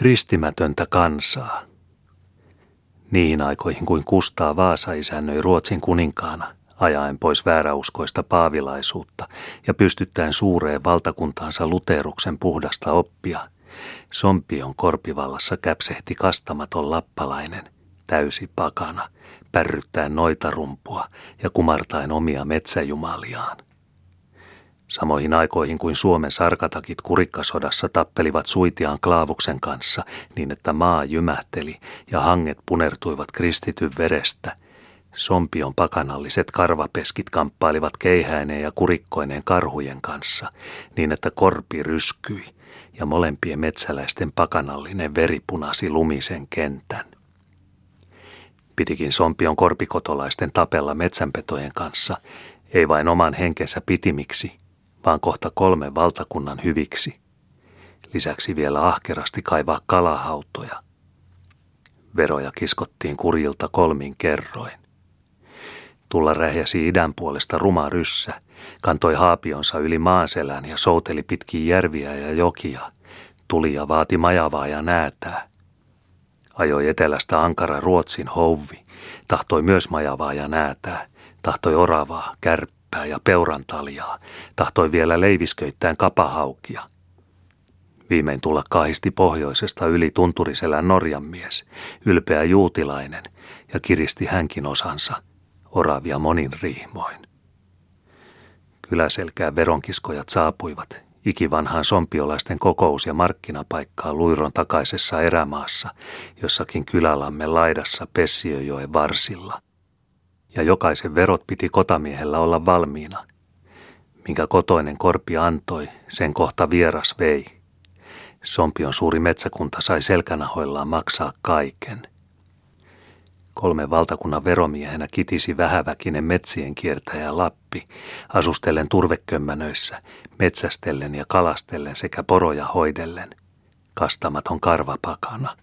ristimätöntä kansaa. Niihin aikoihin, kuin Kustaa Vaasa isännöi Ruotsin kuninkaana, ajaen pois vääräuskoista paavilaisuutta ja pystyttäen suureen valtakuntaansa Luteruksen puhdasta oppia, Sompion korpivallassa käpsehti kastamaton lappalainen, täysi pakana, pärryttäen noitarumpua ja kumartaen omia metsäjumaliaan. Samoihin aikoihin kuin Suomen sarkatakit Kurikkasodassa tappelivat Suitiaan Klaavuksen kanssa niin, että maa jymähteli ja hanget punertuivat kristityn verestä, Sompion pakanalliset karvapeskit kamppailivat keihäineen ja kurikkoineen karhujen kanssa niin, että korpi ryskyi ja molempien metsäläisten pakanallinen veri punasi lumisen kentän. Pitikin Sompion korpikotolaisten tapella metsänpetojen kanssa, ei vain oman henkensä pitimiksi, vaan kohta 3 valtakunnan hyviksi. Lisäksi vielä ahkerasti kaivaa kalahautoja. Veroja kiskottiin kurjilta 3 kerroin. Tulla rähjäsi idän puolesta ruma ryssä, kantoi haapionsa yli maanselän ja souteli pitkin järviä ja jokia, tuli ja vaati majavaa ja näätää. Ajoi etelästä ankara Ruotsin houvi, tahtoi myös majavaa ja näätää, tahtoi oravaa, kärppää ja peurantaljaa, tahtoi vielä leivisköittäen kapahaukia. Viimein tulla kaahisti pohjoisesta yli Tunturiselän Norjanmies, ylpeä juutilainen, ja kiristi hänkin osansa, oravia monin riihmoin. Kyläselkään veronkiskojat saapuivat, ikivanhaan sompiolaisten kokous- ja markkinapaikkaa Luiron takaisessa erämaassa, jossakin kylälammen laidassa Pessiöjoen varsilla. Ja jokaisen verot piti kotamiehellä olla valmiina. Minkä kotoinen korpi antoi, sen kohta vieras vei. Sompion suuri metsäkunta sai selkänahoillaan maksaa kaiken. 3 valtakunnan veromiehenä kitisi vähäväkinen metsien kiertäjä Lappi, asustellen turvekömmänöissä, metsästellen ja kalastellen sekä poroja hoidellen, kastamaton karvapakana.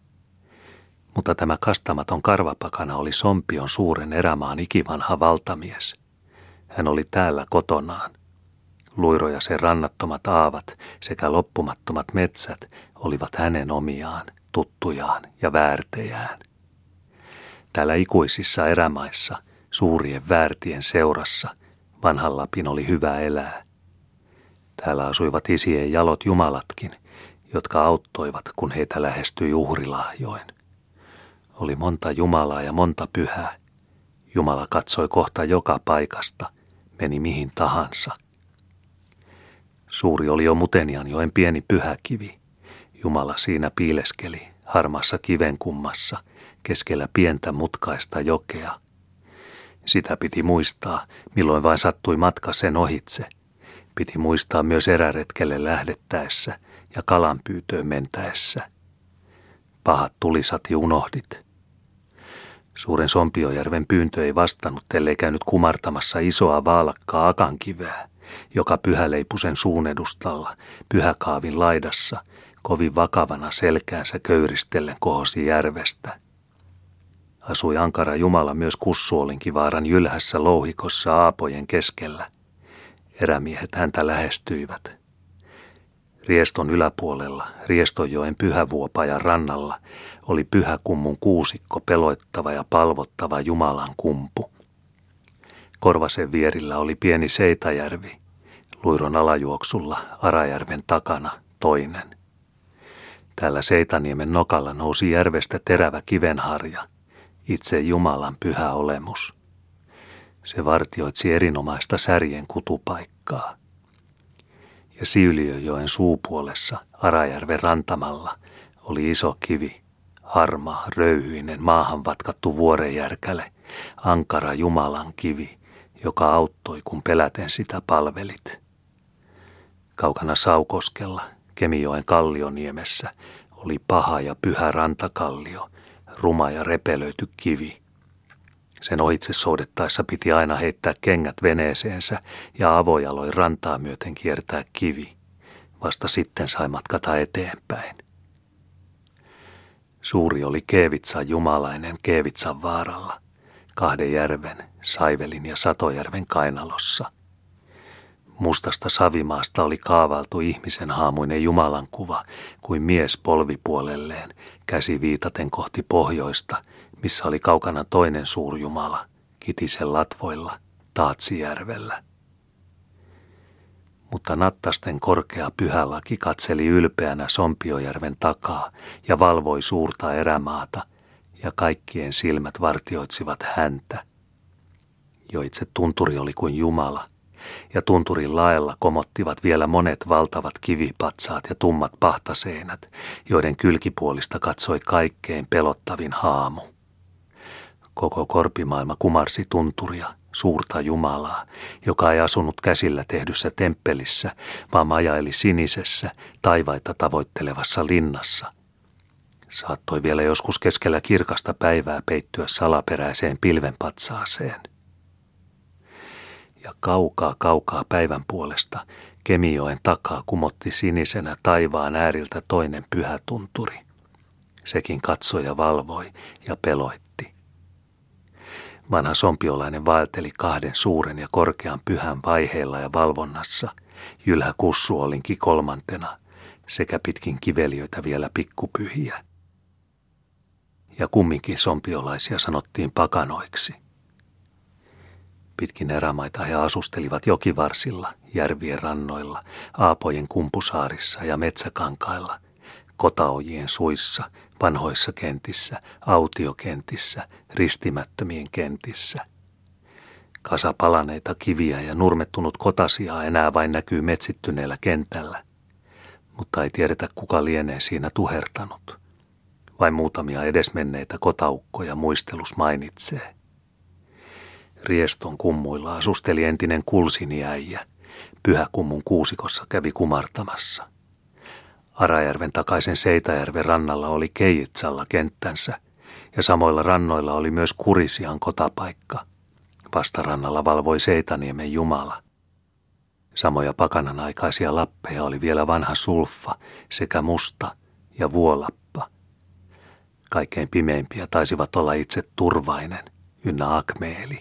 Mutta tämä kastamaton karvapakana oli Sompion suuren erämaan ikivanha valtamies. Hän oli täällä kotonaan. Luiro ja sen rannattomat aavat sekä loppumattomat metsät olivat hänen omiaan, tuttujaan ja väärtejään. Täällä ikuisissa erämaissa, suurien väärtien seurassa, vanhan Lapin oli hyvä elää. Täällä asuivat isien jalot jumalatkin, jotka auttoivat, kun heitä lähestyi uhrilahjoin. Oli monta Jumalaa ja monta pyhää. Jumala katsoi kohta joka paikasta, meni mihin tahansa. Suuri oli jo Mutenianjoen pieni pyhäkivi. Jumala siinä piileskeli, harmaassa kivenkummassa, keskellä pientä mutkaista jokea. Sitä piti muistaa, milloin vain sattui matka sen ohitse. Piti muistaa myös eräretkelle lähdettäessä ja kalanpyytöön mentäessä. Pahat tulisati unohdit. Suuren Sompiojärven pyyntö ei vastannut, ellei käynyt kumartamassa isoa vaalakkaa akankiveä, joka Pyhäleipusen suun edustalla, Pyhäkaavin laidassa, kovin vakavana selkäänsä köyristellen kohosi järvestä. Asui ankara Jumala myös Kussuolinkivaaran jylhässä louhikossa aapojen keskellä. Erämiehet häntä lähestyivät. Rieston yläpuolella, Riestonjoen Pyhävuopajan rannalla, oli Pyhäkummun kuusikko peloittava ja palvottava Jumalan kumpu. Korvasen vierillä oli pieni Seitajärvi, Luiron alajuoksulla Arajärven takana toinen. Täällä Seitaniemen nokalla nousi järvestä terävä kivenharja, itse Jumalan pyhä olemus. Se vartioitsi erinomaista särjen kutupaikkaa. Ja Siyljöjoen suupuolessa Arajärven rantamalla oli iso kivi, harmaa, röyhyinen, maahan vatkattu vuorenjärkäle, ankara Jumalan kivi, joka auttoi, kun peläten sitä palvelit. Kaukana Saukoskella, Kemijoen Kallioniemessä, oli paha ja pyhä rantakallio, ruma ja repelöity kivi. Sen ohitse soudettaessa piti aina heittää kengät veneeseensä ja avojaloin rantaa myöten kiertää kivi. Vasta sitten sai matkata eteenpäin. Suuri oli Keevitsan jumalainen Keevitsan vaaralla, 2 järven, Saivelin ja Satojärven kainalossa. Mustasta savimaasta oli kaavailtu ihmisen haamuinen jumalankuva kuin mies polvipuolelleen, käsi viitaten kohti pohjoista, missä oli kaukana toinen suurjumala, Kitisen latvoilla, Taatsijärvellä. Mutta Nattasten korkea pyhälaki katseli ylpeänä Sompiojärven takaa ja valvoi suurta erämaata, ja kaikkien silmät vartioitsivat häntä. Jo itse tunturi oli kuin Jumala, ja tunturin laella komottivat vielä monet valtavat kivipatsaat ja tummat pahtaseinät, joiden kylkipuolista katsoi kaikkein pelottavin haamu. Koko korpimaailma kumarsi tunturia, suurta Jumalaa, joka ei asunut käsillä tehdyssä temppelissä, vaan majaili sinisessä, taivaita tavoittelevassa linnassa. Saattoi vielä joskus keskellä kirkasta päivää peittyä salaperäiseen pilvenpatsaaseen. Ja kaukaa päivän puolesta Kemijoen takaa kumotti sinisenä taivaan ääriltä toinen pyhä tunturi. Sekin katsoi ja valvoi ja peloitti. Vanha sompiolainen vaelteli kahden suuren ja korkean pyhän vaiheilla ja valvonnassa, Jylhä Kussuolinki kolmantena, sekä pitkin kiveliöitä vielä pikkupyhiä. Ja kumminkin sompiolaisia sanottiin pakanoiksi. Pitkin erämaita he asustelivat jokivarsilla, järvien rannoilla, aapojen kumpusaarissa ja metsäkankailla, kotaojien suissa, vanhoissa kentissä, autiokentissä, ristimättömien kentissä. Kasa palaneita kiviä ja nurmettunut kotasiaa enää vain näkyy metsittyneellä kentällä, mutta ei tiedetä kuka lienee siinä tuhertanut. Vain muutamia edesmenneitä kotaukkoja muistelus mainitsee. Rieston kummuilla asusteli entinen kulsiniäijä, Pyhäkummun kuusikossa kävi kumartamassa. Arajärven takaisen Seitajärven rannalla oli Keijitsalla kenttänsä, ja samoilla rannoilla oli myös Kurisian kotapaikka. Vastarannalla valvoi Seitaniemen Jumala. Samoja pakanan aikaisia lappeja oli vielä vanha Sulffa sekä Musta ja Vuolappa. Kaikkein pimeimpiä taisivat olla itse Turvainen ynnä Akmeeli.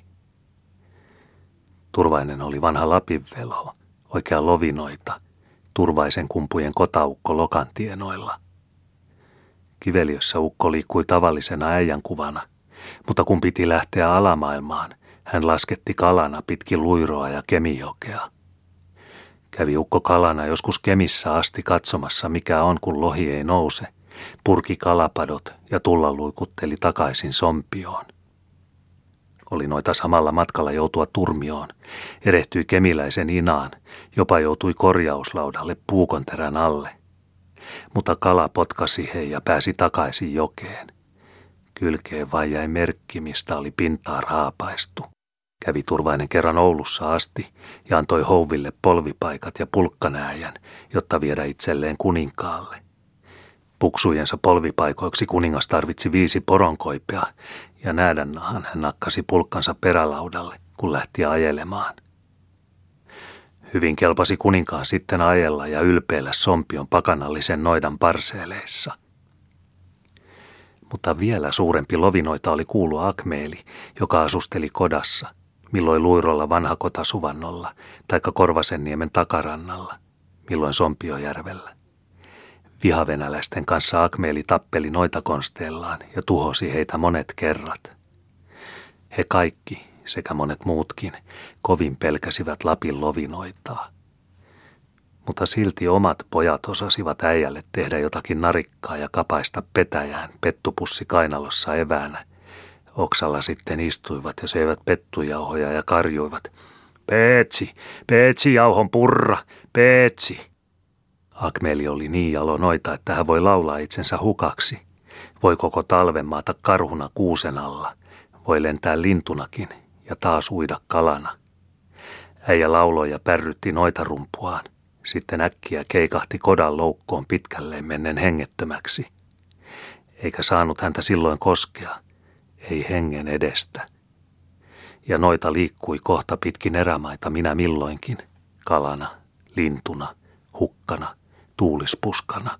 Turvainen oli vanha Lapinvelo, oikea Lovinoita, Turvaisen kumpujen kotaukko Lokantienoilla. Kiveliössä ukko liikkui tavallisena äijänkuvana, mutta kun piti lähteä alamaailmaan, hän lasketti kalana pitkin Luiroa ja Kemijokea. Kävi ukko kalana joskus Kemissä asti katsomassa, mikä on, kun lohi ei nouse, purki kalapadot ja tullaluikutteli takaisin Sompioon. Oli noita samalla matkalla joutua turmioon, erehtyi kemiläisen inaan, jopa joutui korjauslaudalle puukonterän alle. Mutta kala potkasi he ja pääsi takaisin jokeen. Kylkeen vain jäi merkki, mistä oli pintaa raapaistu. Kävi Turvainen kerran Oulussa asti ja antoi houville polvipaikat ja pulkkanääjän, jotta viedä itselleen kuninkaalle. Puksujensa polvipaikoiksi kuningas tarvitsi 5 poronkoipea ja näädännahan hän nakkasi pulkkansa perälaudalle, kun lähti ajelemaan. Hyvin kelpasi kuninkaan sitten ajella ja ylpeillä Sompion pakanallisen noidan parseeleissa. Mutta vielä suurempi lovinoita oli kuulu Akmeeli, joka asusteli kodassa, milloin Luirolla vanhakotasuvannolla, taikka Korvasenniemen takarannalla, milloin Sompiojärvellä. Vihavenäläisten kanssa Akmeeli tappeli noita konsteellaan ja tuhosi heitä monet kerrat. He kaikki, sekä monet muutkin, kovin pelkäsivät Lapin lovinoitaa. Mutta silti omat pojat osasivat äijälle tehdä jotakin narikkaa ja kapaista petäjään pettupussi kainalossa eväänä. Oksalla sitten istuivat ja söivät pettujauhoja ja karjuivat, Peetsi, jauhon purra, Peetsi. Akmeeli oli niin jalo noita, että hän voi laulaa itsensä hukaksi. Voi koko talven maata karhuna kuusen alla. Voi lentää lintunakin ja taas uida kalana. Äijä lauloi ja pärrytti noita rumpuaan. Sitten äkkiä keikahti kodan loukkoon pitkälleen mennen hengettömäksi. Eikä saanut häntä silloin koskea, ei hengen edestä. Ja noita liikkui kohta pitkin erämaita minä milloinkin, kalana, lintuna, hukkana, tuulispuskana.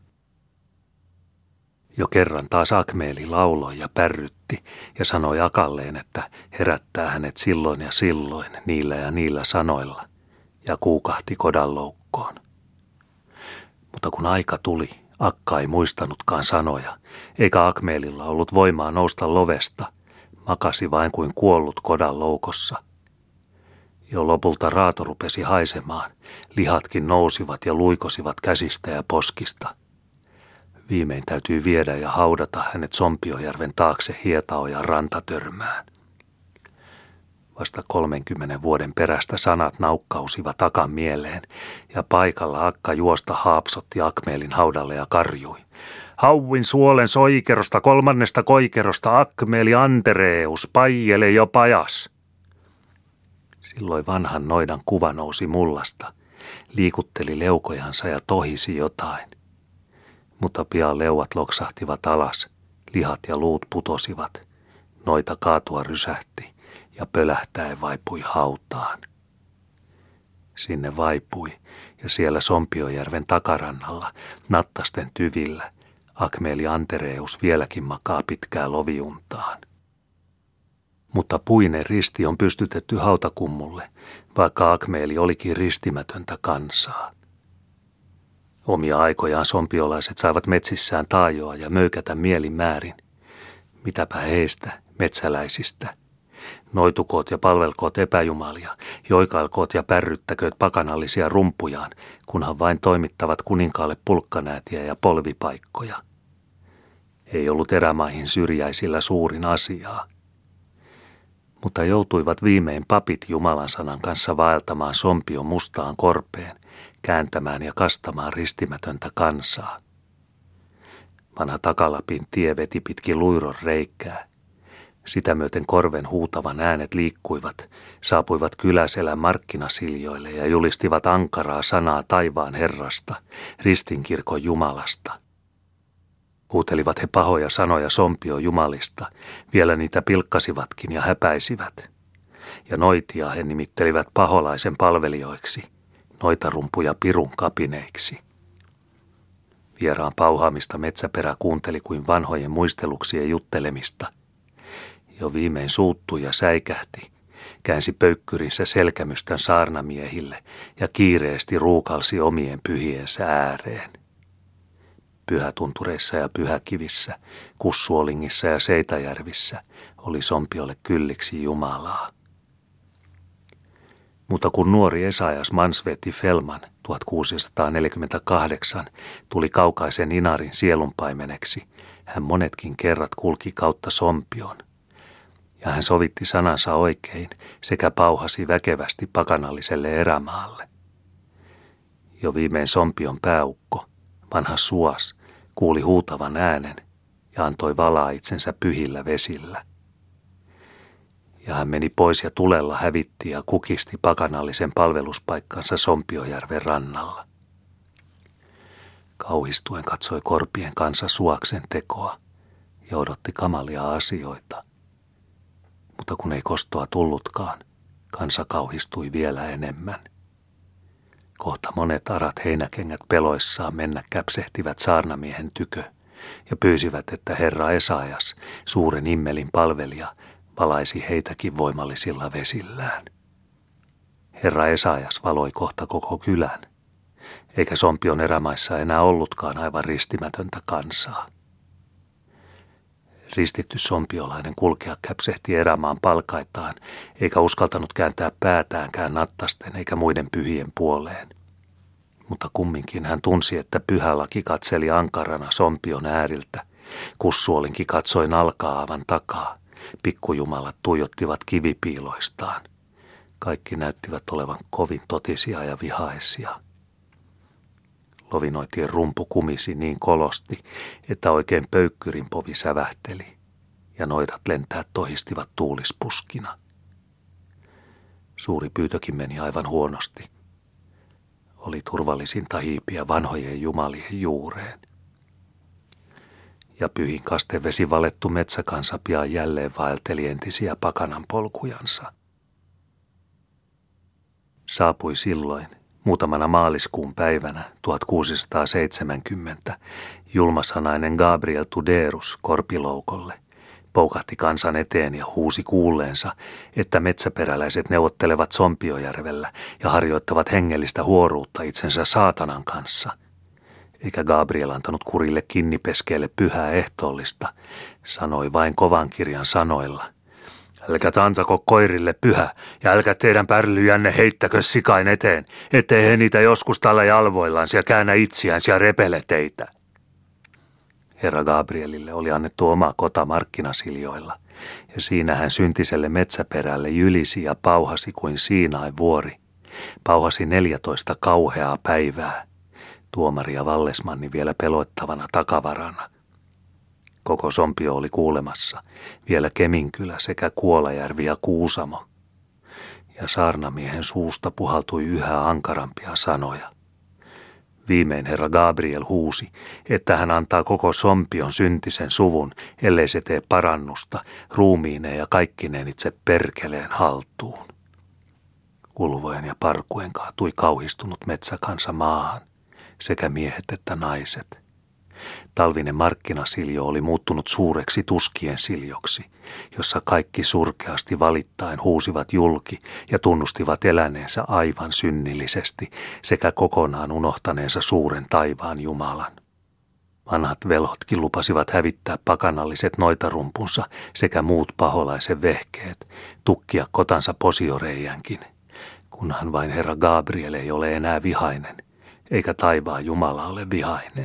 Jo kerran taas Akmeeli lauloi ja pärrytti ja sanoi akalleen, että herättää hänet silloin ja silloin niillä ja niillä sanoilla. ja kuukahti kodanloukkoon. Mutta kun aika tuli, akka ei muistanutkaan sanoja, eikä Akmeelilla ollut voimaa nousta lovesta, makasi vain kuin kuollut kodanloukossa. Jo lopulta raato rupesi haisemaan, lihatkin nousivat ja luikosivat käsistä ja poskista. Viimein täytyy viedä ja haudata hänet Sompiojärven taakse Hietaojan rantatörmään. Vasta 30 vuoden perästä sanat naukkausivat Akan mieleen, ja paikalla akka juosta haapsotti Akmeelin haudalle ja karjui. Hauin suolen soikerosta 3. koikerosta Akmeeli Antereus, paijele jo pajas. Silloin vanhan noidan kuva nousi mullasta, liikutteli leukojansa ja tohisi jotain. Mutta pian leuat loksahtivat alas, lihat ja luut putosivat, noita kaatua rysähti ja pölähtäen vaipui hautaan. Sinne vaipui ja siellä Sompiojärven takarannalla, nattasten tyvillä, Akmeeli Antereus vieläkin makaa pitkää loviuntaan. Mutta puinen risti on pystytetty hautakummulle, vaikka Akmeeli olikin ristimätöntä kansaa. Omia aikojaan sompiolaiset saivat metsissään taajoa ja möykätä mielin määrin. Mitäpä heistä, metsäläisistä. Noitukoot ja palvelkoot epäjumalia, joikailkoot ja pärryttäkööt pakanallisia rumpujaan, kunhan vain toimittavat kuninkaalle pulkkanäätiä ja polvipaikkoja. Ei ollut erämaihin syrjäisillä suurin asiaa. Mutta joutuivat viimein papit Jumalan sanan kanssa vaeltamaan Sompion mustaan korpeen, kääntämään ja kastamaan ristimätöntä kansaa. Vanha Takalapin tie veti pitkin luiron reikää. Sitä myöten korven huutavan äänet liikkuivat, saapuivat Kyläselän markkinasiljoille ja julistivat ankaraa sanaa taivaan Herrasta, ristinkirkon Jumalasta. Huutelivat he pahoja sanoja Sompion jumalista, vielä niitä pilkkasivatkin ja häpäisivät. Ja noitia he nimittelivät paholaisen palvelijoiksi, noitarumpuja pirun kapineiksi. Vieraan pauhaamista metsäperä kuunteli kuin vanhojen muisteluksien juttelemista. Jo viimein suuttui ja säikähti, käänsi pöykkyrinsä selkämystän saarnamiehille ja kiireesti ruukalsi omien pyhiensä ääreen. Pyhätuntureissa ja Pyhäkivissä, Kussuolingissa ja Seitajärvissä oli Sompiolle kylliksi Jumalaa. Mutta kun nuori Esaias Mansveti Fellman 1648 tuli kaukaisen Inarin sielunpaimeneksi, hän monetkin kerrat kulki kautta Sompion. Ja hän sovitti sanansa oikein sekä pauhasi väkevästi pakanalliselle erämaalle. Jo viimein Sompion pääukko, vanha Suas, kuuli huutavan äänen ja antoi valaa itsensä pyhillä vesillä. Ja hän meni pois ja tulella hävitti ja kukisti pakanallisen palveluspaikkansa Sompiojärven rannalla. Kauhistuen katsoi korpien kanssa Suaksen tekoa ja odotti kamalia asioita. Mutta kun ei kostoa tullutkaan, kansa kauhistui vielä enemmän. Kohta monet arat heinäkengät peloissaan mennä käpsehtivät saarnamiehen tykö ja pyysivät, että herra Esaias, suuren immelin palvelija, valaisi heitäkin voimallisilla vesillään. Herra Esaias valoi kohta koko kylän, eikä Sompion erämaissa enää ollutkaan aivan ristimätöntä kansaa. Ristitty sompiolainen kulkea käpsehti erämaan palkaitaan, eikä uskaltanut kääntää päätäänkään nattasten eikä muiden pyhien puoleen. Mutta kumminkin hän tunsi, että pyhälaki katseli ankarana Sompion ääriltä, Kussuolinki katsoi nalkaavan takaa, pikkujumalat tuijottivat kivipiiloistaan. Kaikki näyttivät olevan kovin totisia ja vihaisia. Lovinoitien rumpu kumisi niin kolosti, että oikein pöykkyrin povi sävähteli, ja noidat lentää tohistivat tuulispuskina. Suuri pyytökin meni aivan huonosti. Oli turvallisinta hiipiä vanhojen jumalien juureen. Ja pyhin kastevesi valettu metsäkansa pian jälleen vaelteli entisiä pakanan polkujansa. Saapui silloin, muutamana maaliskuun päivänä 1670, julmasanainen Gabriel Tuderus korpiloukolle, Poukahti kansan eteen ja huusi kuulleensa, että metsäperäläiset neuvottelevat Sompiojärvellä ja harjoittavat hengellistä huoruutta itsensä saatanan kanssa. Eikä Gabriel antanut kurille kinnipeskeelle pyhää ehtoollista, sanoi vain kovan kirjan sanoilla. Älkää tansako koirille pyhä, ja älkää teidän pärlyjänne heittäkö sikain eteen, ettei he niitä joskus tällä jalvoillaan ja käännä itseään ja repele teitä. Herra Gabrielille oli annettu oma kota markkinasiljoilla, ja siinä hän syntiselle metsäperälle jylisi ja pauhasi kuin Siinain vuori. Pauhasi 14 kauheaa päivää, tuomari ja vallesmanni vielä pelottavana takavarana. Koko Sompio oli kuulemassa, vielä Keminkylä sekä Kuolajärvi ja Kuusamo. Ja saarnamiehen suusta puhaltui yhä ankarampia sanoja. Viimein herra Gabriel huusi, että hän antaa koko Sompion syntisen suvun, ellei se tee parannusta, ruumiineen ja kaikkineen itse perkeleen haltuun. Ulvojen ja parkuen kaatui kauhistunut metsäkansa maahan, sekä miehet että naiset. Talvinen markkinasiljo oli muuttunut suureksi tuskien siljoksi, jossa kaikki surkeasti valittaen huusivat julki ja tunnustivat eläneensä aivan synnillisesti sekä kokonaan unohtaneensa suuren taivaan Jumalan. Vanhat velhotkin lupasivat hävittää pakanalliset noitarumpunsa sekä muut paholaisen vehkeet, tukkia kotansa posioreijänkin, kunhan vain herra Gabriel ei ole enää vihainen, eikä taivaan Jumala ole vihainen.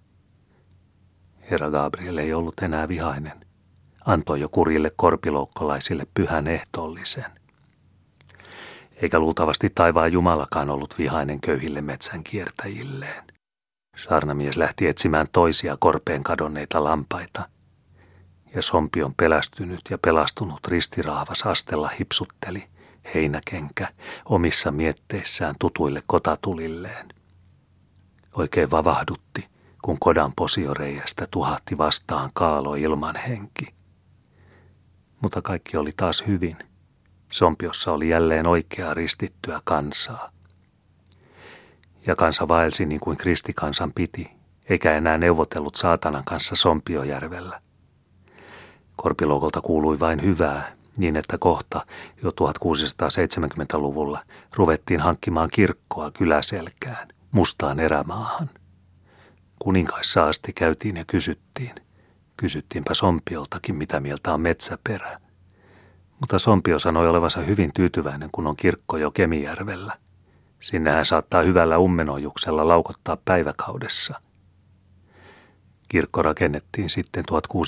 Herra Gabriel ei ollut enää vihainen. Antoi jo kurjille korpiloukkolaisille pyhän ehtoollisen. Eikä luultavasti taivaan Jumalakaan ollut vihainen köyhille metsän kiertäjilleen. Saarnamies lähti etsimään toisia korpeen kadonneita lampaita. Ja Sompion pelästynyt ja pelastunut ristiraavas astella hipsutteli, heinäkenkä, omissa mietteissään tutuille kotatulilleen. Oikein vavahdutti, kun kodan posioreijästä tuhahti vastaan kaalo ilman henki. Mutta kaikki oli taas hyvin. Sompiossa oli jälleen oikeaa ristittyä kansaa. Ja kansa vaelsi niin kuin kristikansan piti, eikä enää neuvotellut saatanan kanssa Sompiojärvellä. Korpiloukolta kuului vain hyvää, niin että kohta jo 1670-luvulla ruvettiin hankkimaan kirkkoa kyläselkään, mustaan erämaahan. Kuninkaissa asti käytiin ja kysyttiin. Kysyttiinpä Sompioltakin, mitä mieltä on metsäperä. Mutta Sompio sanoi olevansa hyvin tyytyväinen, kun on kirkko jo Kemijärvellä. Sinne hän saattaa hyvällä ummenojuksella laukottaa päiväkaudessa. Kirkko rakennettiin sitten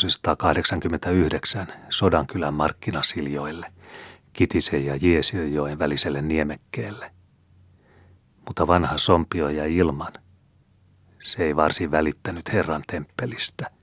1689 Sodankylän markkinasiljoille, Kitisen ja Jeesiönjoen väliselle niemekkeelle. Mutta vanha Sompio jäi ilman. Se ei varsin välittänyt Herran temppelistä.